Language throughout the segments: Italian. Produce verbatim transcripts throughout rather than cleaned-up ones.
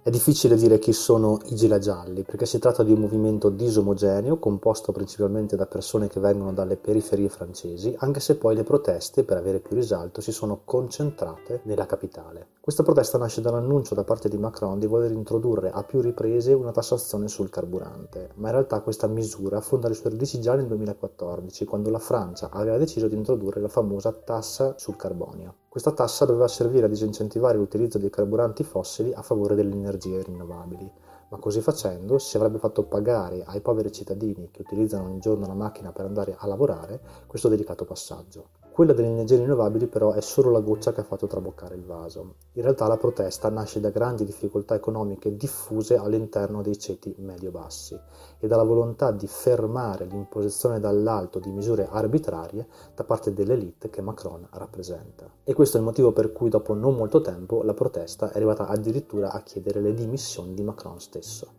È difficile dire chi sono i Gilet Gialli, perché si tratta di un movimento disomogeneo, composto principalmente da persone che vengono dalle periferie francesi, anche se poi le proteste, per avere più risalto, si sono concentrate nella capitale. Questa protesta nasce dall'annuncio da parte di Macron di voler introdurre a più riprese una tassazione sul carburante, ma in realtà questa misura affonda le sue radici già nel duemilaquattordici, quando la Francia aveva deciso di introdurre la famosa tassa sul carbonio. Questa tassa doveva servire a disincentivare l'utilizzo dei carburanti fossili a favore delle energie rinnovabili, ma così facendo si avrebbe fatto pagare ai poveri cittadini che utilizzano ogni giorno la macchina per andare a lavorare questo delicato passaggio. Quella delle energie rinnovabili però è solo la goccia che ha fatto traboccare il vaso. In realtà la protesta nasce da grandi difficoltà economiche diffuse all'interno dei ceti medio-bassi e dalla volontà di fermare l'imposizione dall'alto di misure arbitrarie da parte dell'elite che Macron rappresenta. E questo è il motivo per cui dopo non molto tempo la protesta è arrivata addirittura a chiedere le dimissioni di Macron stesso.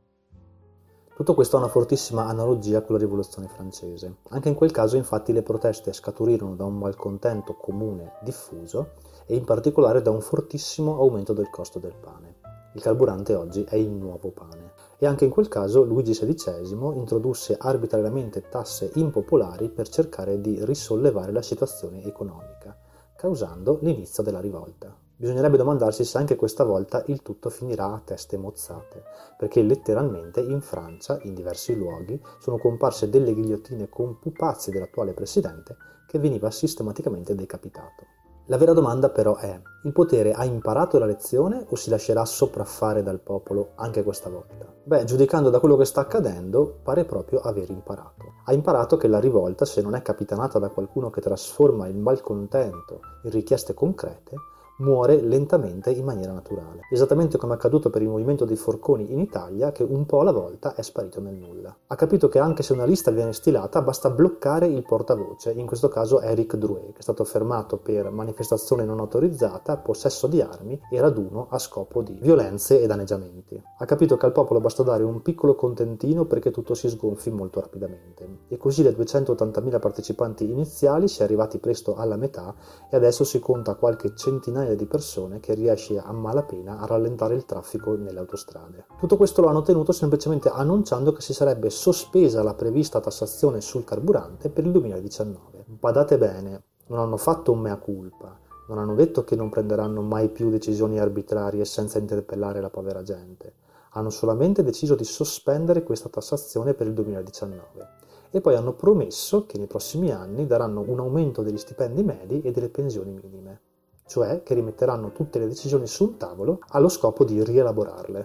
Tutto questo ha una fortissima analogia con la rivoluzione francese. Anche in quel caso infatti le proteste scaturirono da un malcontento comune diffuso e in particolare da un fortissimo aumento del costo del pane. Il carburante oggi è il nuovo pane. E anche in quel caso Luigi sedicesimo introdusse arbitrariamente tasse impopolari per cercare di risollevare la situazione economica, causando l'inizio della rivolta. Bisognerebbe domandarsi se anche questa volta il tutto finirà a teste mozzate, perché letteralmente in Francia, in diversi luoghi, sono comparse delle ghigliottine con pupazzi dell'attuale presidente che veniva sistematicamente decapitato. La vera domanda però è: il potere ha imparato la lezione o si lascerà sopraffare dal popolo anche questa volta? Beh, giudicando da quello che sta accadendo, pare proprio aver imparato. Ha imparato che la rivolta, se non è capitanata da qualcuno che trasforma il malcontento in richieste concrete, muore lentamente in maniera naturale, esattamente come è accaduto per il movimento dei forconi in Italia, che un po' alla volta è sparito nel nulla. Ha capito che anche se una lista viene stilata basta bloccare il portavoce, in questo caso Éric Drouet, che è stato fermato per manifestazione non autorizzata, possesso di armi e raduno a scopo di violenze e danneggiamenti. Ha capito che al popolo basta dare un piccolo contentino perché tutto si sgonfi molto rapidamente, e così dai duecentottantamila partecipanti iniziali si è arrivati presto alla metà e adesso si conta qualche centinaia di persone che riesce a malapena a rallentare il traffico nelle autostrade. Tutto questo lo hanno ottenuto semplicemente annunciando che si sarebbe sospesa la prevista tassazione sul carburante per il duemiladiciannove. Badate bene, non hanno fatto un mea culpa, non hanno detto che non prenderanno mai più decisioni arbitrarie senza interpellare la povera gente. Hanno solamente deciso di sospendere questa tassazione per il duemiladiciannove e poi hanno promesso che nei prossimi anni daranno un aumento degli stipendi medi e delle pensioni minime, cioè che rimetteranno tutte le decisioni sul tavolo allo scopo di rielaborarle.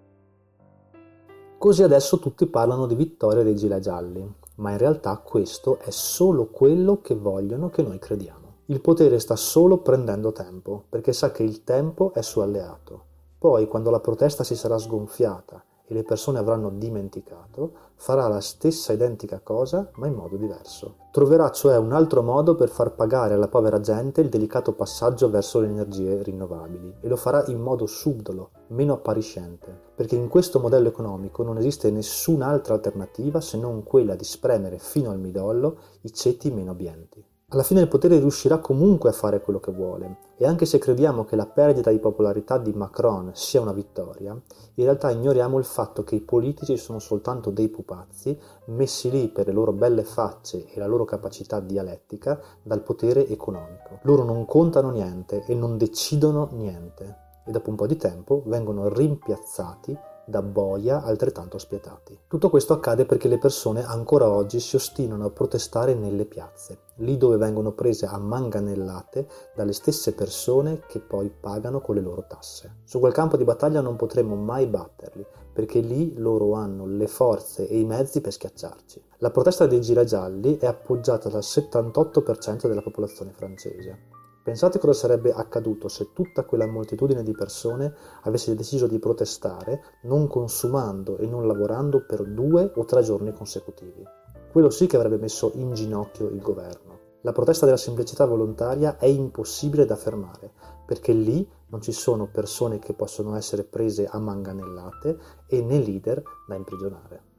Così adesso tutti parlano di vittoria dei Gilet Gialli, ma in realtà questo è solo quello che vogliono che noi crediamo. Il potere sta solo prendendo tempo, perché sa che il tempo è suo alleato. Poi, quando la protesta si sarà sgonfiata e le persone avranno dimenticato, farà la stessa identica cosa ma in modo diverso. Troverà cioè un altro modo per far pagare alla povera gente il delicato passaggio verso le energie rinnovabili, e lo farà in modo subdolo, meno appariscente, perché in questo modello economico non esiste nessun'altra alternativa se non quella di spremere fino al midollo i ceti meno abbienti. Alla fine il potere riuscirà comunque a fare quello che vuole, e anche se crediamo che la perdita di popolarità di Macron sia una vittoria, in realtà ignoriamo il fatto che i politici sono soltanto dei pupazzi messi lì per le loro belle facce e la loro capacità dialettica dal potere economico. Loro non contano niente e non decidono niente, e dopo un po' di tempo vengono rimpiazzati da boia altrettanto spietati. Tutto questo accade perché le persone ancora oggi si ostinano a protestare nelle piazze, lì dove vengono prese a manganellate dalle stesse persone che poi pagano con le loro tasse. Su quel campo di battaglia non potremo mai batterli, perché lì loro hanno le forze e i mezzi per schiacciarci. La protesta dei Gilet Gialli è appoggiata dal settantotto per cento della popolazione francese. Pensate cosa sarebbe accaduto se tutta quella moltitudine di persone avesse deciso di protestare non consumando e non lavorando per due o tre giorni consecutivi. Quello sì che avrebbe messo in ginocchio il governo. La protesta della semplicità volontaria è impossibile da fermare, perché lì non ci sono persone che possono essere prese a manganellate e né leader da imprigionare.